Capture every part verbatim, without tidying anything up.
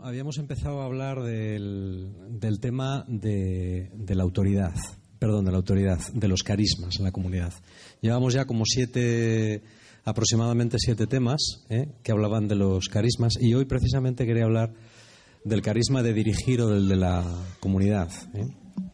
habíamos empezado a hablar del, del tema de, de la autoridad, perdón, de la autoridad, de los carismas en la comunidad. Llevamos ya como siete, aproximadamente siete temas ¿eh? que hablaban de los carismas, y hoy precisamente quería hablar del carisma de dirigir o del de la comunidad. ¿eh?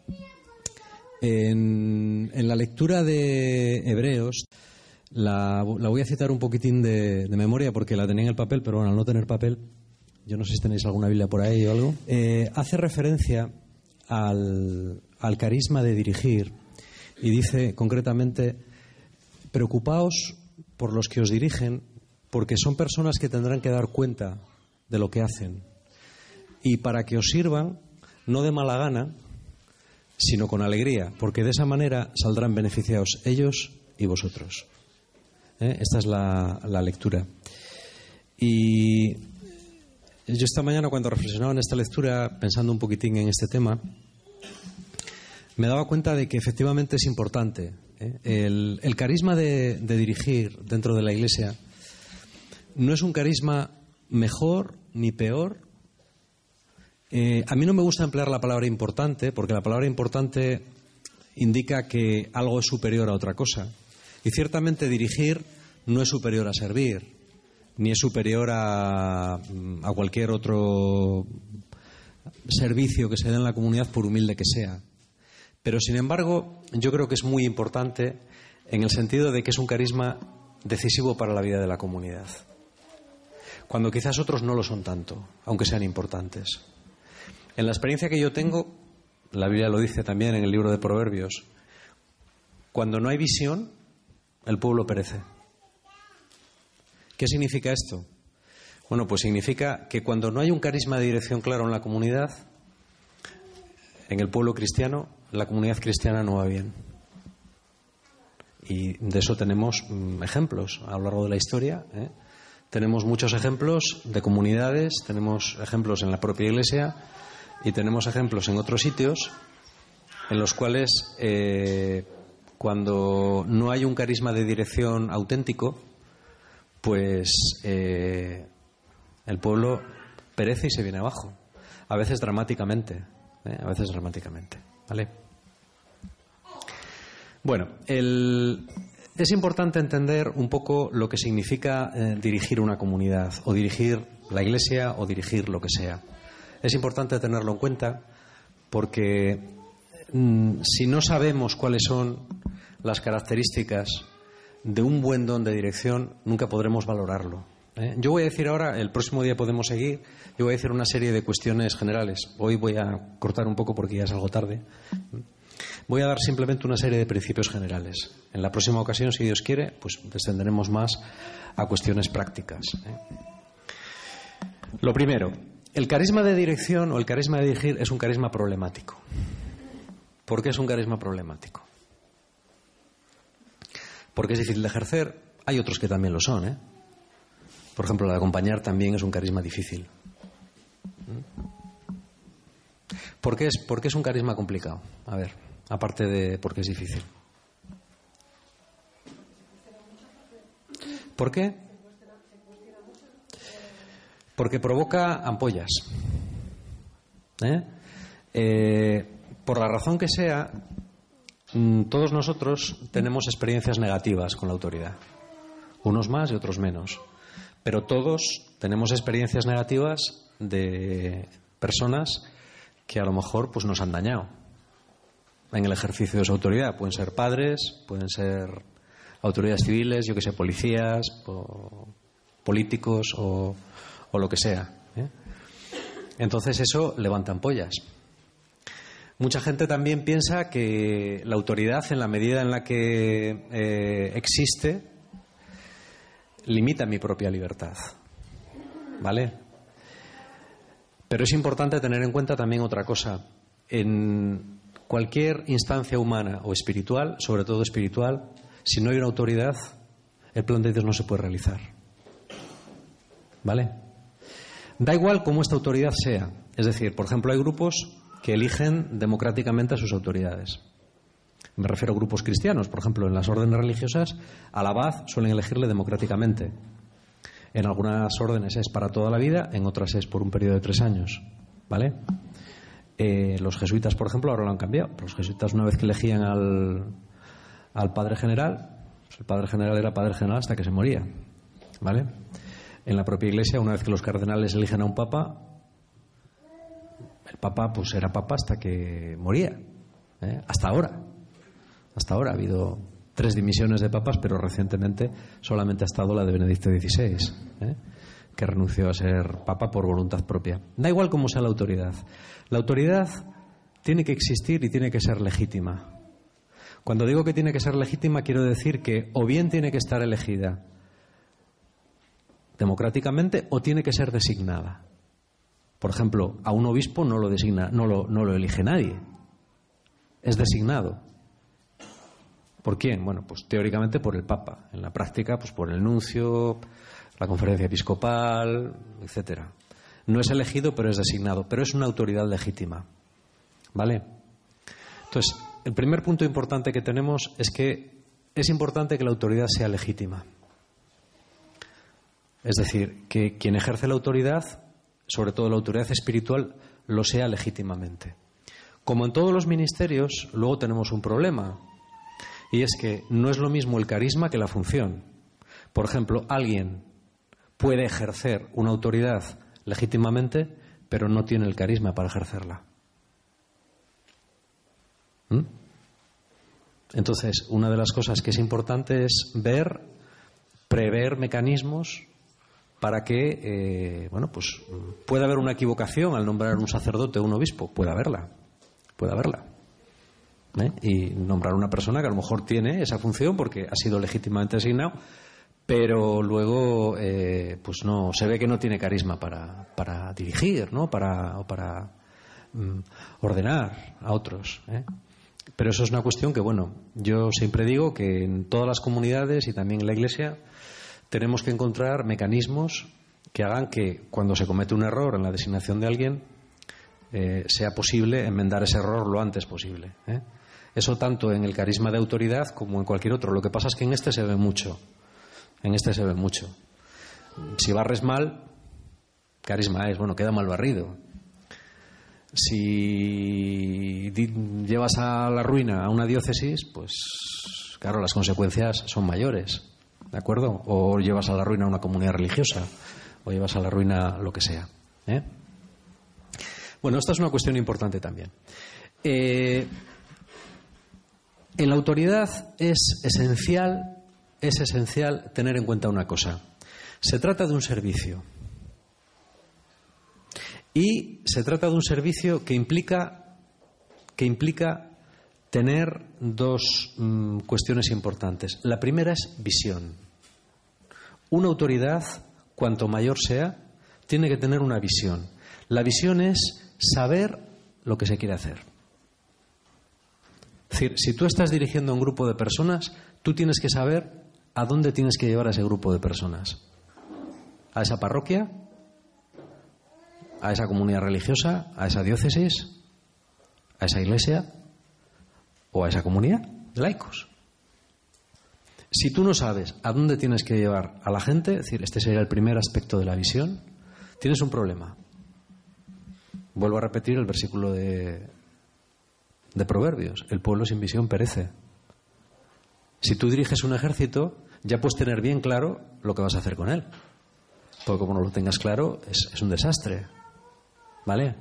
En, en la lectura de Hebreos, la, la voy a citar un poquitín de, de memoria porque la tenía en el papel, pero bueno, al no tener papel, yo no sé si tenéis alguna Biblia por ahí o algo, eh, hace referencia al, al carisma de dirigir y dice concretamente: preocupaos por los que os dirigen, porque son personas que tendrán que dar cuenta de lo que hacen, y para que os sirvan no de mala gana, sino con alegría, porque de esa manera saldrán beneficiados ellos y vosotros. ¿Eh? Esta es la, la lectura. Y yo esta mañana, cuando reflexionaba en esta lectura, pensando un poquitín en este tema, me daba cuenta de que efectivamente es importante. ¿eh? El, el carisma de, de dirigir dentro de la Iglesia no es un carisma mejor ni peor. Eh, a mí no me gusta emplear la palabra importante, porque la palabra importante indica que algo es superior a otra cosa. Y ciertamente dirigir no es superior a servir, ni es superior a, a cualquier otro servicio que se dé en la comunidad, por humilde que sea. Pero, sin embargo, yo creo que es muy importante en el sentido de que es un carisma decisivo para la vida de la comunidad, cuando quizás otros no lo son tanto, aunque sean importantes. En la experiencia que yo tengo, la Biblia lo dice también en el libro de Proverbios, cuando no hay visión, el pueblo perece. ¿Qué significa esto? Bueno, pues significa que cuando no hay un carisma de dirección claro en la comunidad, en el pueblo cristiano, la comunidad cristiana no va bien. Y de eso tenemos mm, ejemplos a lo largo de la historia. ¿eh? Tenemos muchos ejemplos de comunidades, tenemos ejemplos en la propia Iglesia y tenemos ejemplos en otros sitios en los cuales eh, cuando no hay un carisma de dirección auténtico, pues eh, el pueblo perece y se viene abajo, a veces dramáticamente, ¿eh? a veces dramáticamente, ¿vale? Bueno, el, es importante entender un poco lo que significa eh, dirigir una comunidad, o dirigir la Iglesia, o dirigir lo que sea. Es importante tenerlo en cuenta porque mmm, si no sabemos cuáles son las características de un buen don de dirección, nunca podremos valorarlo. ¿eh? Yo voy a decir ahora, el próximo día podemos seguir, yo voy a decir una serie de cuestiones generales. Hoy voy a cortar un poco porque ya es algo tarde. Voy a dar simplemente una serie de principios generales. En la próxima ocasión, si Dios quiere, pues descenderemos más a cuestiones prácticas. ¿eh? Lo primero, el carisma de dirección o el carisma de dirigir es un carisma problemático. ¿Por qué es un carisma problemático? Porque es difícil de ejercer. Hay otros que también lo son, ¿eh? Por ejemplo, la de acompañar también es un carisma difícil. ¿Por qué es, por qué es un carisma complicado? A ver, aparte de por qué es difícil. ¿Por qué? Porque provoca ampollas. ¿Eh? Eh, por la razón que sea, todos nosotros tenemos experiencias negativas con la autoridad, unos más y otros menos, pero todos tenemos experiencias negativas de personas que a lo mejor pues nos han dañado en el ejercicio de su autoridad. Pueden ser padres, pueden ser autoridades civiles, yo que sé, policías, o políticos o, o lo que sea. ¿eh? Entonces eso levanta ampollas. Mucha gente también piensa que la autoridad, en la medida en la que eh, existe, limita mi propia libertad. ¿Vale? Pero es importante tener en cuenta también otra cosa. En cualquier instancia humana o espiritual, sobre todo espiritual, si no hay una autoridad, el plan de Dios no se puede realizar. ¿Vale? Da igual cómo esta autoridad sea. Es decir, por ejemplo, hay grupos que eligen democráticamente a sus autoridades. Me refiero a grupos cristianos. Por ejemplo, en las órdenes religiosas, al abad suelen elegirle democráticamente. En algunas órdenes es para toda la vida, en otras es por un periodo de tres años, ¿vale? Eh, los jesuitas, por ejemplo, ahora lo han cambiado. Los jesuitas, una vez que elegían al, al padre general, pues el padre general era padre general hasta que se moría, ¿vale? En la propia Iglesia, una vez que los cardenales eligen a un papa, el papa pues era papa hasta que moría, ¿eh? Hasta ahora. Hasta ahora ha habido tres dimisiones de papas, pero recientemente solamente ha estado la de Benedicto dieciséis, ¿eh? que renunció a ser papa por voluntad propia. Da igual cómo sea la autoridad. La autoridad tiene que existir y tiene que ser legítima. Cuando digo que tiene que ser legítima, quiero decir que o bien tiene que estar elegida democráticamente o tiene que ser designada. Por ejemplo, a un obispo no lo designa, no lo, no lo elige nadie. Es designado. ¿Por quién? Bueno, pues teóricamente por el Papa. En la práctica, pues por el nuncio, la conferencia episcopal, etcétera. No es elegido, pero es designado. Pero es una autoridad legítima. ¿Vale? Entonces, el primer punto importante que tenemos es que es importante que la autoridad sea legítima. Es decir, que quien ejerce la autoridad, sobre todo la autoridad espiritual, lo sea legítimamente. Como en todos los ministerios, luego tenemos un problema. Y es que no es lo mismo el carisma que la función. Por ejemplo, alguien puede ejercer una autoridad legítimamente, pero no tiene el carisma para ejercerla. ¿Mm? Entonces, una de las cosas que es importante es ver, prever mecanismos para que, eh, bueno, pues pueda haber una equivocación al nombrar un sacerdote o un obispo. Puede haberla, puede haberla. ¿Eh? Y nombrar una persona que a lo mejor tiene esa función porque ha sido legítimamente asignado, pero luego eh, pues no se ve que no tiene carisma para, para dirigir, ¿no? Para, o para mm, ordenar a otros, ¿eh? Pero eso es una cuestión que, bueno, yo siempre digo que en todas las comunidades y también en la Iglesia tenemos que encontrar mecanismos que hagan que cuando se comete un error en la designación de alguien eh, sea posible enmendar ese error lo antes posible, ¿eh? Eso tanto en el carisma de autoridad como en cualquier otro. Lo que pasa es que en este se ve mucho. En este se ve mucho. Si barres mal, carisma es, bueno, queda mal barrido. Si llevas a la ruina a una diócesis, pues claro, las consecuencias son mayores, ¿de acuerdo? O llevas a la ruina a una comunidad religiosa, o llevas a la ruina lo que sea, ¿eh? Bueno, esta es una cuestión importante también. Eh, en la autoridad es esencial, es esencial tener en cuenta una cosa. Se trata de un servicio. Y se trata de un servicio que implica, que implica tener dos mmm, cuestiones importantes. La primera es visión. Una autoridad, cuanto mayor sea, tiene que tener una visión. La visión es saber lo que se quiere hacer. Es decir, si tú estás dirigiendo a un grupo de personas, tú tienes que saber a dónde tienes que llevar a ese grupo de personas. ¿A esa parroquia? ¿A esa comunidad religiosa? ¿A esa diócesis? ¿A esa iglesia? ¿O a esa comunidad de laicos? Si tú no sabes a dónde tienes que llevar a la gente, es decir, este sería el primer aspecto de la visión, tienes un problema. Vuelvo a repetir el versículo de, de Proverbios. El pueblo sin visión perece. Si tú diriges un ejército, ya puedes tener bien claro lo que vas a hacer con él. Porque como no lo tengas claro, es, es un desastre. ¿Vale?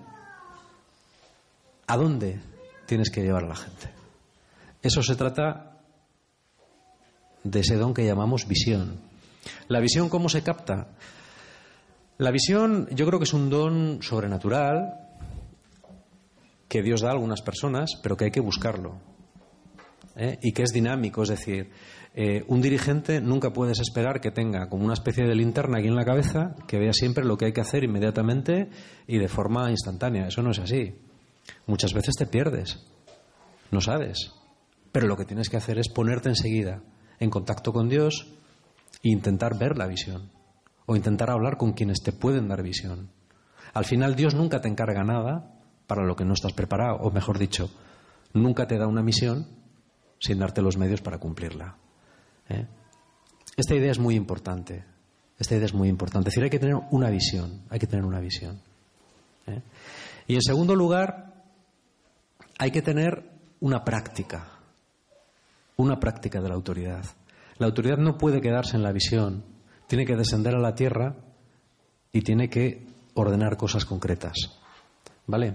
¿A dónde tienes que llevar a la gente? Eso se trata de ese don que llamamos visión. ¿La visión cómo se capta? La visión yo creo que es un don sobrenatural que Dios da a algunas personas, pero que hay que buscarlo, ¿eh? Y que es dinámico, es decir, eh, un dirigente nunca puedes esperar que tenga como una especie de linterna aquí en la cabeza que vea siempre lo que hay que hacer inmediatamente y de forma instantánea. Eso no es así. Muchas veces te pierdes, no sabes, pero lo que tienes que hacer es ponerte enseguida en contacto con Dios e intentar ver la visión o intentar hablar con quienes te pueden dar visión. Al final Dios nunca te encarga nada para lo que no estás preparado, o mejor dicho, nunca te da una misión sin darte los medios para cumplirla, ¿eh? Esta idea es muy importante. Esta idea es muy importante. Es decir, hay que tener una visión. Hay que tener una visión. ¿eh? Y en segundo lugar, hay que tener una práctica. Una práctica de la autoridad. La autoridad no puede quedarse en la visión. Tiene que descender a la tierra y tiene que ordenar cosas concretas. ¿Vale?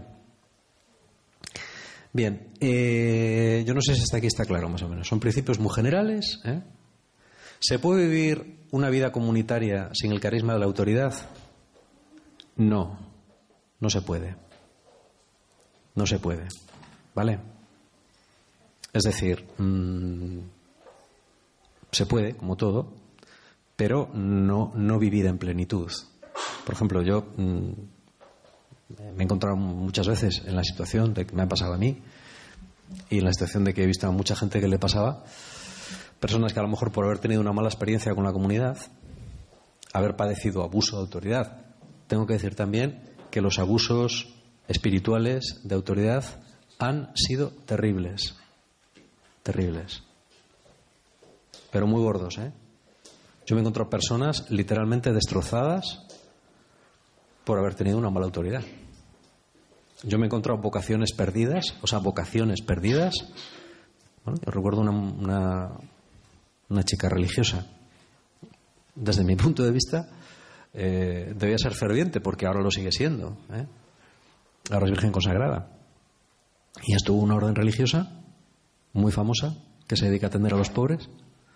Bien, eh, yo no sé si hasta aquí está claro más o menos. Son principios muy generales. ¿eh? ¿Se puede vivir una vida comunitaria sin el carisma de la autoridad? No, no se puede. No se puede. ¿Vale? Es decir, mmm, se puede, como todo, pero no, no vivir en plenitud. Por ejemplo, yo mmm, me he encontrado muchas veces en la situación de que me ha pasado a mí y en la situación de que he visto a mucha gente que le pasaba, personas que a lo mejor por haber tenido una mala experiencia con la comunidad, haber padecido abuso de autoridad. Tengo que decir también que los abusos espirituales de autoridad han sido terribles. Terribles. Pero muy gordos, ¿eh? Yo me he encontrado personas literalmente destrozadas por haber tenido una mala autoridad. Yo me he encontrado vocaciones perdidas, o sea, vocaciones perdidas. Bueno, yo recuerdo una, una, una chica religiosa. Desde mi punto de vista, eh, debía ser ferviente, porque ahora lo sigue siendo. ¿eh? Ahora es virgen consagrada. Y estuvo una orden religiosa muy famosa que se dedica a atender a los pobres.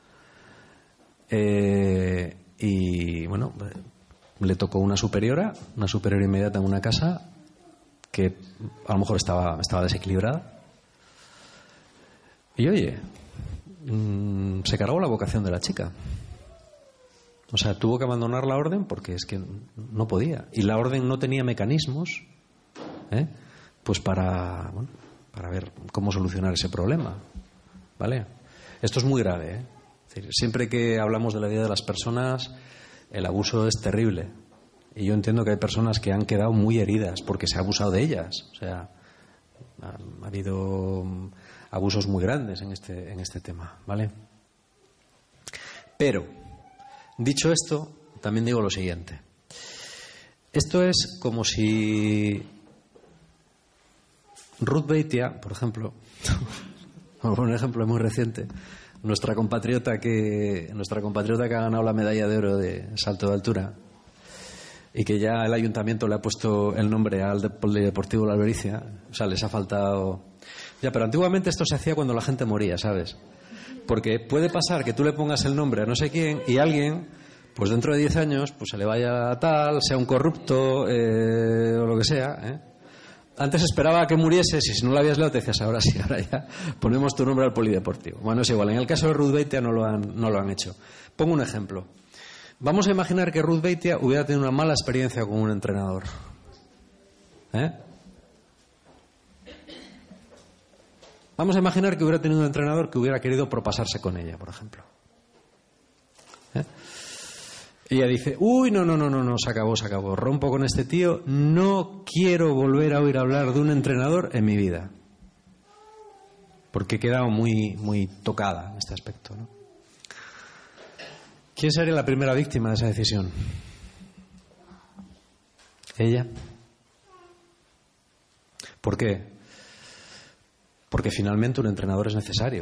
Eh, y bueno, le tocó una superiora, una superiora inmediata en una casa que a lo mejor estaba, estaba desequilibrada. Y oye, mmm, se cargó la vocación de la chica. O sea, tuvo que abandonar la orden porque es que no podía. Y la orden no tenía mecanismos, ¿eh? pues para, bueno, para ver cómo solucionar ese problema. ¿Vale? Esto es muy grave, ¿eh? Es decir, siempre que hablamos de la vida de las personas, el abuso es terrible. Y yo entiendo que hay personas que han quedado muy heridas porque se ha abusado de ellas. O sea, ha, ha habido abusos muy grandes en este, en este tema, ¿vale? Pero, dicho esto, también digo lo siguiente. Esto es como si Ruth Beitia, por ejemplo, por un ejemplo muy reciente, nuestra compatriota que nuestra compatriota que ha ganado la medalla de oro de salto de altura y que ya el ayuntamiento le ha puesto el nombre al Polideportivo La Albericia, o sea, les ha faltado ya, pero antiguamente esto se hacía cuando la gente moría, ¿sabes? Porque puede pasar que tú le pongas el nombre a no sé quién y alguien, pues dentro de diez años, pues se le vaya a tal, sea un corrupto eh, o lo que sea, ¿eh? Antes esperaba a que murieses y si no lo habías leído te decías, ahora sí, ahora ya ponemos tu nombre al Polideportivo. Bueno, es igual. En el caso de Ruth Beitia no lo han, no lo han hecho. Pongo un ejemplo. Vamos a imaginar que Ruth Beitia hubiera tenido una mala experiencia con un entrenador. ¿Eh? Vamos a imaginar que hubiera tenido un entrenador que hubiera querido propasarse con ella, por ejemplo. ¿Eh? Y ella dice, uy, no, no, no, no, no, se acabó, se acabó. Rompo con este tío, no quiero volver a oír hablar de un entrenador en mi vida. Porque he quedado muy, muy tocada en este aspecto, ¿no? ¿Quién sería la primera víctima de esa decisión? Ella. ¿Por qué? Porque finalmente un entrenador es necesario.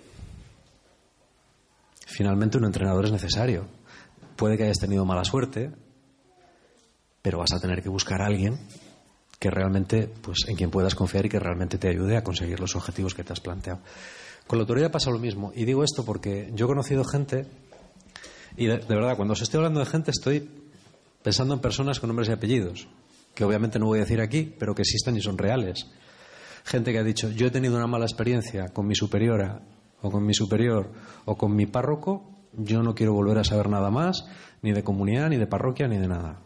Finalmente un entrenador es necesario. Puede que hayas tenido mala suerte, pero vas a tener que buscar a alguien que realmente, pues, en quien puedas confiar y que realmente te ayude a conseguir los objetivos que te has planteado. Con la autoridad pasa lo mismo. Y digo esto porque yo he conocido gente, y de, de verdad, cuando os estoy hablando de gente estoy pensando en personas con nombres y apellidos, que obviamente no voy a decir aquí, pero que existen y son reales. Gente que ha dicho, yo he tenido una mala experiencia con mi superiora, o con mi superior, o con mi párroco, yo no quiero volver a saber nada más, ni de comunidad, ni de parroquia, ni de nada.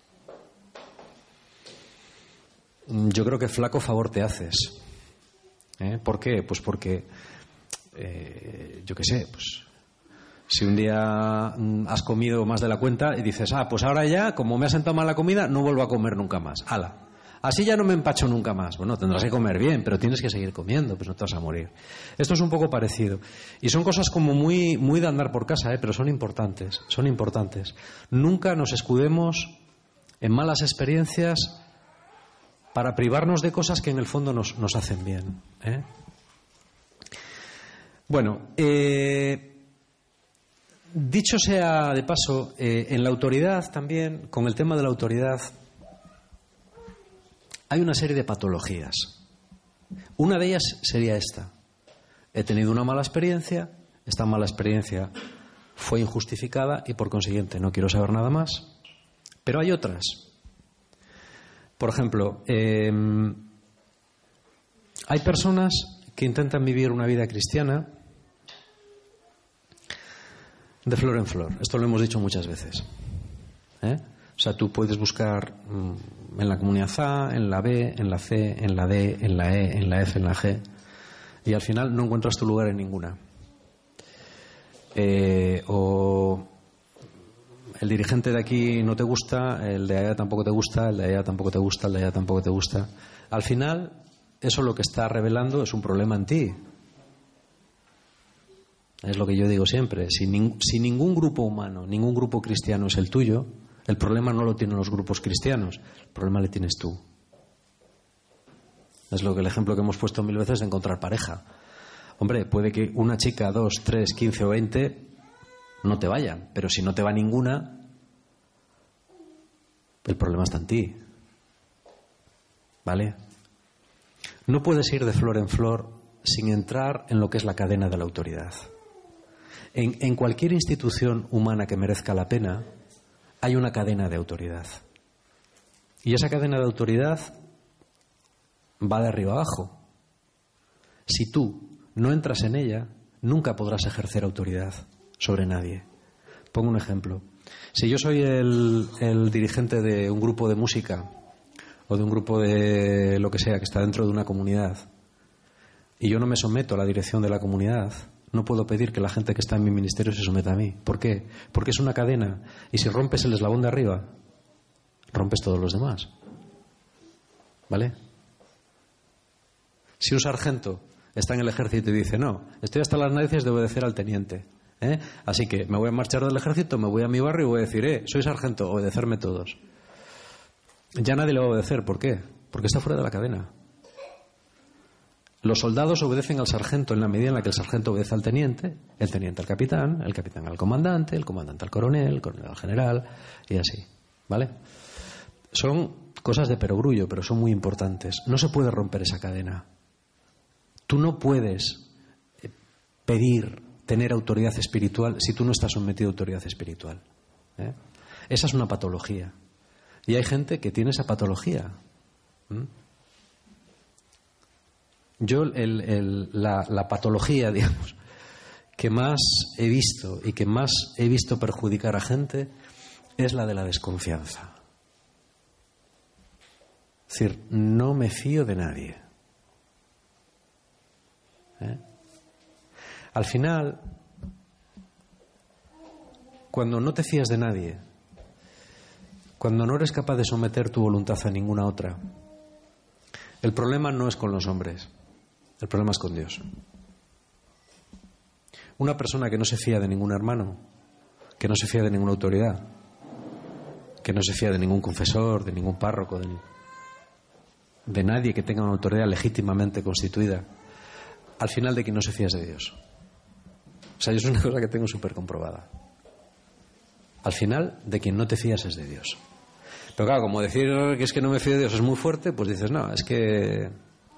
Yo creo que flaco favor te haces. ¿Eh? ¿Por qué? Pues porque, eh, yo qué sé, pues si un día has comido más de la cuenta y dices, ah, pues ahora ya, como me ha sentado mal la comida, no vuelvo a comer nunca más. ¡Hala! Así ya no me empacho nunca más. Bueno, tendrás que comer bien, pero tienes que seguir comiendo, pues no te vas a morir. Esto es un poco parecido. Y son cosas como muy, muy de andar por casa, ¿eh? Pero son importantes, son importantes. Nunca nos escudemos en malas experiencias para privarnos de cosas que en el fondo nos, nos hacen bien, ¿eh? Bueno, eh... dicho sea de paso, eh, en la autoridad también, con el tema de la autoridad, hay una serie de patologías. Una de ellas sería esta. He tenido una mala experiencia, esta mala experiencia fue injustificada y por consiguiente no quiero saber nada más. Pero hay otras. Por ejemplo, eh, hay personas que intentan vivir una vida cristiana de flor en flor. Esto lo hemos dicho muchas veces, ¿eh? O sea, tú puedes buscar mmm, en la comunidad A, en la B, en la C, en la D, en la E, en la F, en la G, y al final no encuentras tu lugar en ninguna. Eh, o el dirigente de aquí no te gusta, el de allá tampoco te gusta, el de allá tampoco te gusta, el de allá tampoco te gusta. Al final, eso lo que está revelando es un problema en ti. Es lo que yo digo siempre. Si, ning- si ningún grupo humano, ningún grupo cristiano es el tuyo, el problema no lo tienen los grupos cristianos, el problema le tienes tú. Es lo que el ejemplo que hemos puesto mil veces de encontrar pareja. Hombre, puede que una chica, dos, tres, quince o veinte no te vayan, pero si no te va ninguna, el problema está en ti. ¿Vale? No puedes ir de flor en flor sin entrar en lo que es la cadena de la autoridad. En, en cualquier institución humana que merezca la pena, hay una cadena de autoridad. Y esa cadena de autoridad va de arriba abajo. Si tú no entras en ella, nunca podrás ejercer autoridad sobre nadie. Pongo un ejemplo. Si yo soy el, el dirigente de un grupo de música o de un grupo de lo que sea que está dentro de una comunidad y yo no me someto a la dirección de la comunidad, no puedo pedir que la gente que está en mi ministerio se someta a mí. ¿Por qué? Porque es una cadena. Y si rompes el eslabón de arriba, rompes todos los demás. ¿Vale? Si un sargento está en el ejército y dice, no, estoy hasta las narices de obedecer al teniente, ¿eh? Así que me voy a marchar del ejército, me voy a mi barrio y voy a decir, eh, soy sargento, obedecerme todos. Ya nadie le va a obedecer. ¿Por qué? Porque está fuera de la cadena. Los soldados obedecen al sargento en la medida en la que el sargento obedece al teniente, el teniente al capitán, el capitán al comandante, el comandante al coronel, el coronel al general, y así. ¿Vale? Son cosas de perogrullo, pero son muy importantes. No se puede romper esa cadena. Tú no puedes pedir tener autoridad espiritual si tú no estás sometido a autoridad espiritual, ¿eh? Esa es una patología. Y hay gente que tiene esa patología. ¿Mm? Yo el, el, la, la patología, digamos, que más he visto y que más he visto perjudicar a gente es la de la desconfianza. Es decir, no me fío de nadie. ¿Eh? Al final, cuando no te fías de nadie, cuando no eres capaz de someter tu voluntad a ninguna otra, el problema no es con los hombres. El problema es con Dios. Una persona que no se fía de ningún hermano, que no se fía de ninguna autoridad, que no se fía de ningún confesor, de ningún párroco, de, de nadie que tenga una autoridad legítimamente constituida, al final de quien no se fía es de Dios. O sea, es una cosa que tengo súper comprobada. Al final, de quien no te fías es de Dios. Pero claro, como decir que es que no me fío de Dios es muy fuerte, pues dices, no, es que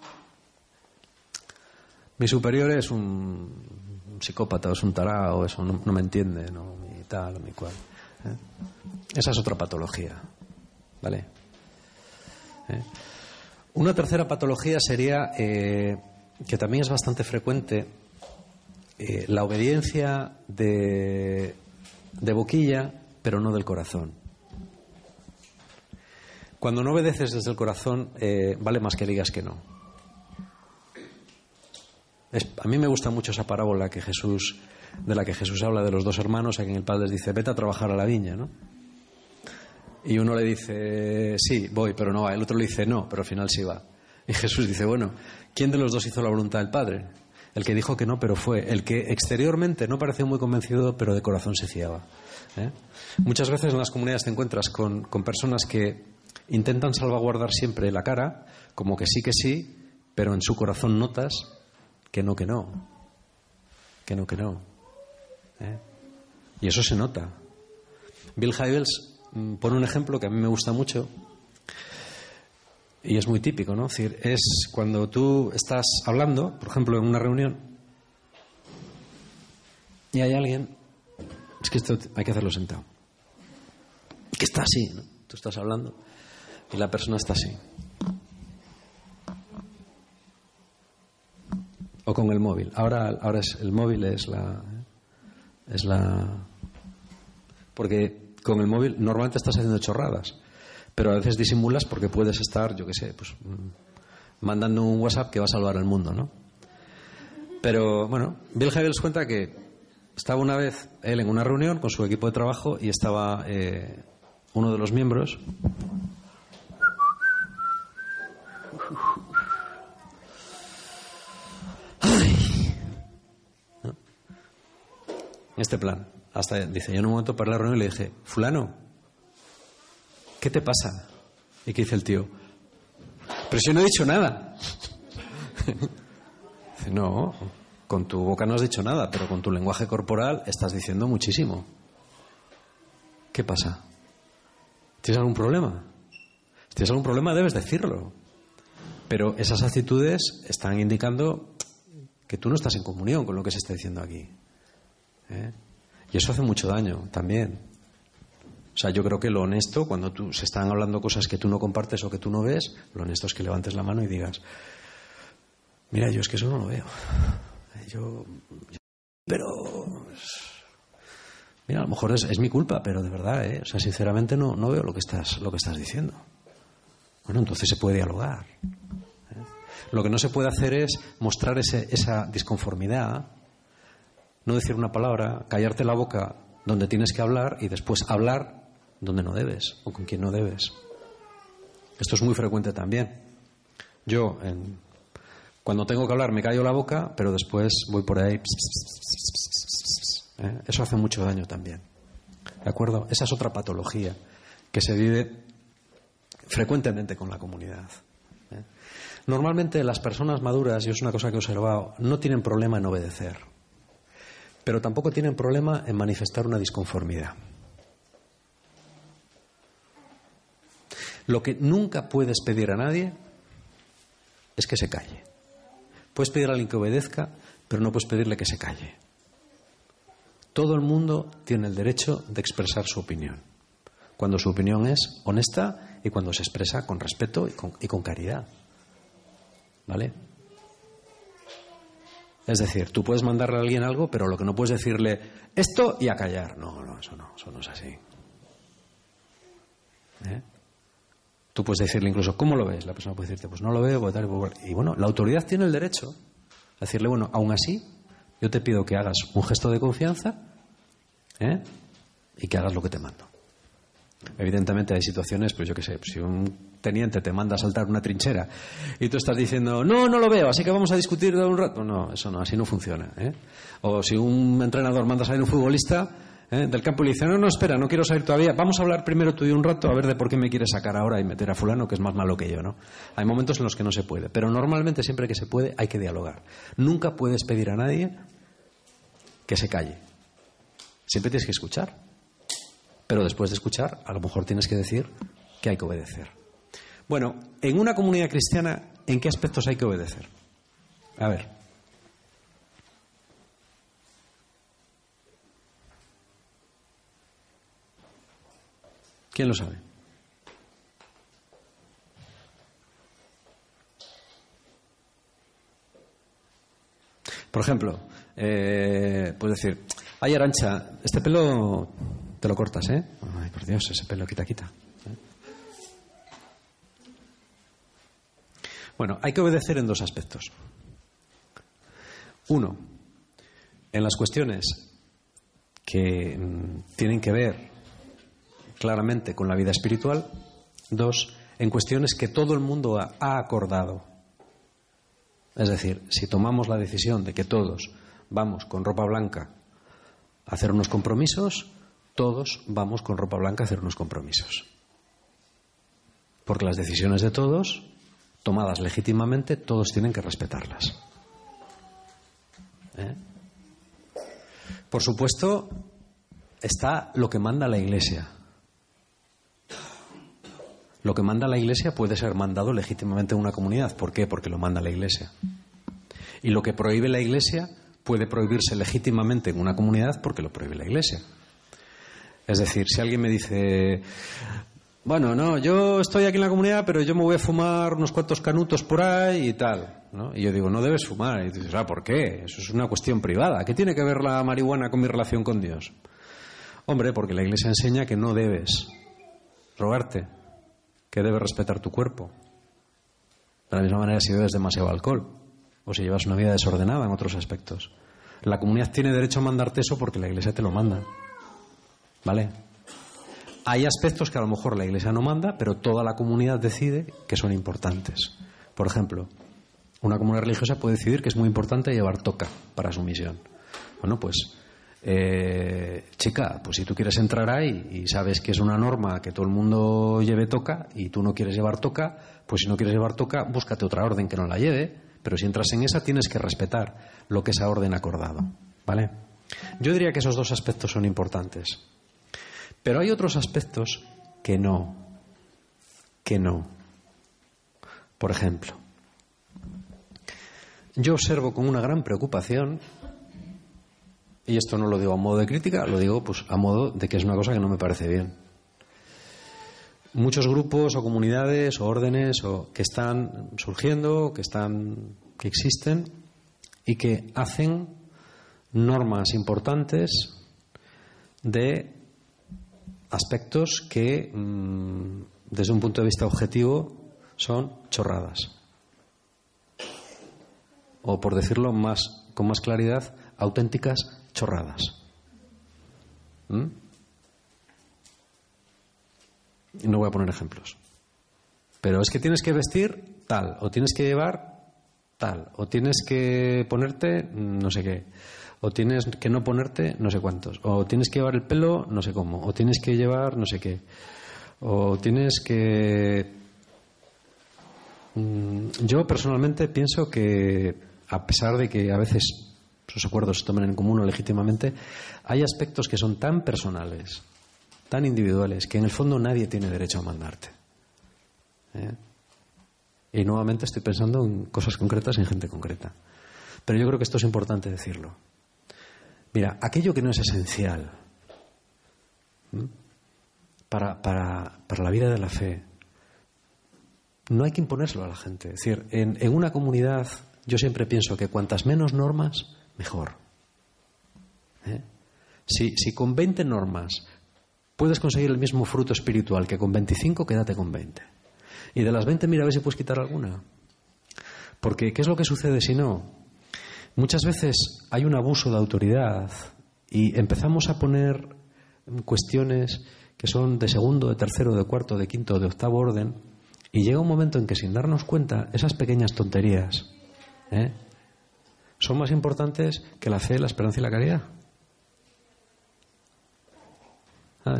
mi superior es un psicópata, o es un tarao, eso no, no me entiende, no, ni tal, ni cual. ¿Eh? Esa es otra patología, ¿vale? ¿Eh? Una tercera patología sería, eh, que también es bastante frecuente, eh, la obediencia de, de boquilla, pero no del corazón. Cuando no obedeces desde el corazón, eh, vale más que digas que no. Es, a mí me gusta mucho esa parábola que Jesús, de la que Jesús habla de los dos hermanos a quien el padre les dice, vete a trabajar a la viña, ¿no? Y uno le dice, sí, voy, pero no va. El otro le dice, no, pero al final sí va. Y Jesús dice, bueno, ¿quién de los dos hizo la voluntad del Padre? El que dijo que no, pero fue. El que exteriormente no pareció muy convencido, pero de corazón se fiaba. ¿Eh? Muchas veces en las comunidades te encuentras con, con personas que intentan salvaguardar siempre la cara, como que sí, que sí, pero en su corazón notas que no, que no. Que no, que no. ¿Eh? Y eso se nota. Bill Hybels mmm, pone un ejemplo que a mí me gusta mucho. Y es muy típico, ¿no? Es decir, es cuando tú estás hablando, por ejemplo, en una reunión, y hay alguien, es que esto hay que hacerlo sentado, que está así, ¿no? Tú estás hablando y la persona está así. O con el móvil. Ahora, ahora es el móvil es la, es la, porque con el móvil normalmente estás haciendo chorradas. Pero a veces disimulas porque puedes estar, yo qué sé, pues mandando un WhatsApp que va a salvar el mundo, ¿no? Pero, bueno, Bill Hybels cuenta que estaba una vez él en una reunión con su equipo de trabajo y estaba eh, uno de los miembros. ¡Ay! ¿No? En este plan. Hasta, dice, yo en un momento para la reunión le dije, fulano, ¿qué te pasa? ¿Y qué dice el tío? Pero si no he dicho nada. Dice, no, con tu boca no has dicho nada, pero con tu lenguaje corporal estás diciendo muchísimo. ¿Qué pasa? ¿Tienes algún problema? Si tienes algún problema debes decirlo. Pero esas actitudes están indicando que tú no estás en comunión con lo que se está diciendo aquí. ¿Eh? Y eso hace mucho daño también. O sea, yo creo que lo honesto, cuando tú, se están hablando cosas que tú no compartes o que tú no ves, lo honesto es que levantes la mano y digas, mira, yo es que eso no lo veo. Yo, yo pero, mira, a lo mejor es, es mi culpa, pero de verdad, ¿eh? O sea, sinceramente no, no veo lo que estás, lo que estás diciendo. Bueno, entonces se puede dialogar. ¿Eh? Lo que no se puede hacer es mostrar ese, esa disconformidad, no decir una palabra, callarte la boca donde tienes que hablar y después hablar donde no debes o con quien no debes. Esto es muy frecuente también. Yo, en, cuando tengo que hablar, me callo la boca, pero después voy por ahí. ¿Eh? Eso hace mucho daño también. ¿De acuerdo? Esa es otra patología que se vive frecuentemente con la comunidad. ¿Eh? Normalmente las personas maduras, y es una cosa que he observado, no tienen problema en obedecer, pero tampoco tienen problema en manifestar una disconformidad. Lo que nunca puedes pedir a nadie es que se calle. Puedes pedir a alguien que obedezca, pero no puedes pedirle que se calle. Todo el mundo tiene el derecho de expresar su opinión, cuando su opinión es honesta y cuando se expresa con respeto y con, y con caridad. ¿Vale? Es decir, tú puedes mandarle a alguien algo, pero lo que no puedes decirle esto y a callar. No, no, eso no, eso no es así. ¿Eh? Tú puedes decirle incluso, ¿cómo lo ves? La persona puede decirte, pues no lo veo, pues tal, y bueno, la autoridad tiene el derecho a decirle, bueno, aún así, yo te pido que hagas un gesto de confianza, ¿eh? Y que hagas lo que te mando. Evidentemente hay situaciones, pues yo qué sé, si un teniente te manda a saltar una trinchera y tú estás diciendo, no, no lo veo, así que vamos a discutir de un rato. No, eso no, así no funciona, ¿eh? O si un entrenador manda a salir un futbolista ¿eh? del campo y le dice, no, no, espera, no quiero salir todavía, vamos a hablar primero tú y un rato a ver de por qué me quieres sacar ahora y meter a fulano que es más malo que yo, ¿no? Hay momentos en los que no se puede, pero normalmente siempre que se puede hay que dialogar. Nunca puedes pedir a nadie que se calle. Siempre tienes que escuchar. Pero después de escuchar, a lo mejor tienes que decir que hay que obedecer. Bueno, en una comunidad cristiana, ¿en qué aspectos hay que obedecer? A ver. ¿Quién lo sabe? Por ejemplo, eh, puedes decir, ay, Arancha, este pelo te lo cortas, ¿eh? Ay, por Dios, ese pelo quita, quita. ¿Eh? Bueno, hay que obedecer en dos aspectos. Uno, en las cuestiones que mm, tienen que ver claramente con la vida espiritual. Dos, en cuestiones que todo el mundo ha, ha acordado. Es decir, si tomamos la decisión de que todos vamos con ropa blanca a hacer unos compromisos, todos vamos con ropa blanca a hacer unos compromisos. Porque las decisiones de todos, tomadas legítimamente, todos tienen que respetarlas. ¿Eh? Por supuesto, está lo que manda la Iglesia. Lo que manda la Iglesia puede ser mandado legítimamente en una comunidad. ¿Por qué? Porque lo manda la Iglesia. Y lo que prohíbe la Iglesia puede prohibirse legítimamente en una comunidad porque lo prohíbe la Iglesia. Es decir, si alguien me dice, bueno, no, yo estoy aquí en la comunidad, pero yo me voy a fumar unos cuantos canutos por ahí y tal, ¿no? Y yo digo, no debes fumar. Y dices, ah, ¿por qué? Eso es una cuestión privada. ¿Qué tiene que ver la marihuana con mi relación con Dios? Hombre, porque la Iglesia enseña que no debes drogarte, que debes respetar tu cuerpo. De la misma manera, si bebes demasiado alcohol o si llevas una vida desordenada en otros aspectos. La comunidad tiene derecho a mandarte eso porque la Iglesia te lo manda. ¿Vale? Hay aspectos que a lo mejor la Iglesia no manda, pero toda la comunidad decide que son importantes. Por ejemplo, una comunidad religiosa puede decidir que es muy importante llevar toca para su misión. Bueno, pues, eh, chica, pues si tú quieres entrar ahí y sabes que es una norma que todo el mundo lleve toca y tú no quieres llevar toca, pues si no quieres llevar toca, búscate otra orden que no la lleve, pero si entras en esa tienes que respetar lo que esa orden ha acordado. ¿Vale? Yo diría que esos dos aspectos son importantes. Pero hay otros aspectos que no, que no. Por ejemplo, yo observo con una gran preocupación, y esto no lo digo a modo de crítica, lo digo pues a modo de que es una cosa que no me parece bien. Muchos grupos o comunidades o órdenes o que están surgiendo, que están, que existen y que hacen normas importantes de aspectos que, desde un punto de vista objetivo, son chorradas. O, por decirlo más, con más claridad, auténticas chorradas. ¿Mm? Y no voy a poner ejemplos. Pero es que tienes que vestir tal, o tienes que llevar tal, o tienes que ponerte no sé qué, o tienes que no ponerte no sé cuántos, o tienes que llevar el pelo no sé cómo, o tienes que llevar no sé qué, o tienes que... Yo personalmente pienso que, a pesar de que a veces sus acuerdos se tomen en común o legítimamente, hay aspectos que son tan personales, tan individuales, que en el fondo nadie tiene derecho a mandarte. ¿Eh? Y nuevamente estoy pensando en cosas concretas y en gente concreta. Pero yo creo que esto es importante decirlo. Mira, aquello que no es esencial para, para, para la vida de la fe, no hay que imponérselo a la gente. Es decir, en, en una comunidad yo siempre pienso que cuantas menos normas, mejor. ¿Eh? Si, si con veinte normas puedes conseguir el mismo fruto espiritual que con veinticinco, quédate con veinte. Y de las veinte, mira a ver si puedes quitar alguna. Porque, ¿qué es lo que sucede si no? Muchas veces hay un abuso de autoridad y empezamos a poner cuestiones que son de segundo, de tercero, de cuarto, de quinto, de octavo orden, y llega un momento en que, sin darnos cuenta, esas pequeñas tonterías ¿eh? son más importantes que la fe, la esperanza y la caridad. ¿Sabes?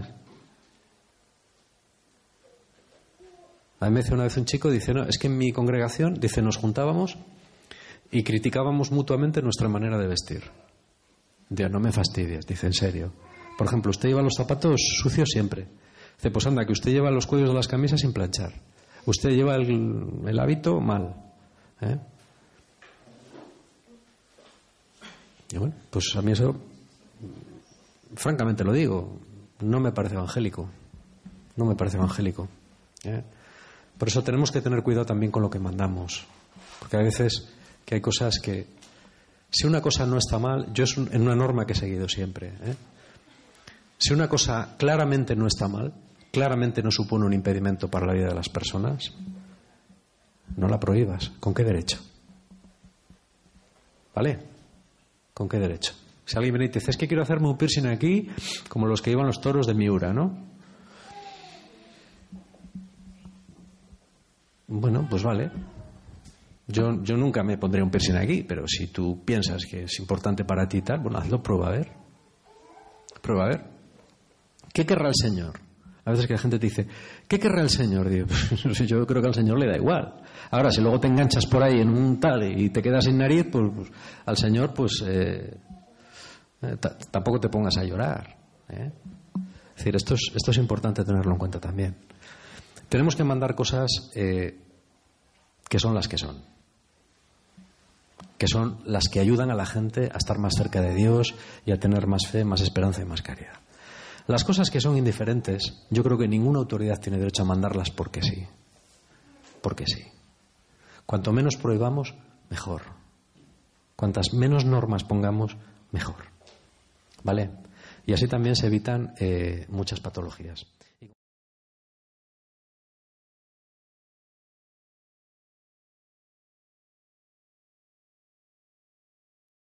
A mí me decía una vez un chico, dice, no, es que en mi congregación, dice, nos juntábamos y criticábamos mutuamente nuestra manera de vestir. Dios, no me fastidies, dice, en serio. Por ejemplo, usted lleva los zapatos sucios siempre. Dice, pues anda, que usted lleva los cuellos de las camisas sin planchar. Usted lleva el, el hábito mal. ¿Eh? Y bueno, pues a mí eso, francamente lo digo, no me parece evangélico. No me parece evangélico. ¿Eh? Por eso tenemos que tener cuidado también con lo que mandamos. Porque hay veces que hay cosas que, si una cosa no está mal, yo es un, en una norma que he seguido siempre, ¿eh? Si una cosa claramente no está mal, claramente no supone un impedimento para la vida de las personas, no la prohíbas. ¿Con qué derecho? ¿Vale? ¿Con qué derecho? Si alguien viene y te dice, es que quiero hacerme un piercing aquí, como los que llevan los toros de Miura, ¿no? Bueno, pues vale. Yo, yo nunca me pondré un piercing aquí, pero si tú piensas que es importante para ti y tal, bueno, hazlo, prueba a ver. Prueba a ver. ¿Qué querrá el Señor? A veces que la gente te dice, ¿qué querrá el Señor? Digo, yo creo que al Señor le da igual. Ahora, si luego te enganchas por ahí en un tal y te quedas sin nariz, pues, pues al Señor, pues eh, eh, tampoco te pongas a llorar. ¿eh? Es decir, esto es, esto es importante tenerlo en cuenta también. Tenemos que mandar cosas eh, que son las que son. Que son las que ayudan a la gente a estar más cerca de Dios y a tener más fe, más esperanza y más caridad. Las cosas que son indiferentes, yo creo que ninguna autoridad tiene derecho a mandarlas porque sí. Porque sí. Cuanto menos prohibamos, mejor. Cuantas menos normas pongamos, mejor. ¿Vale? Y así también se evitan eh, muchas patologías.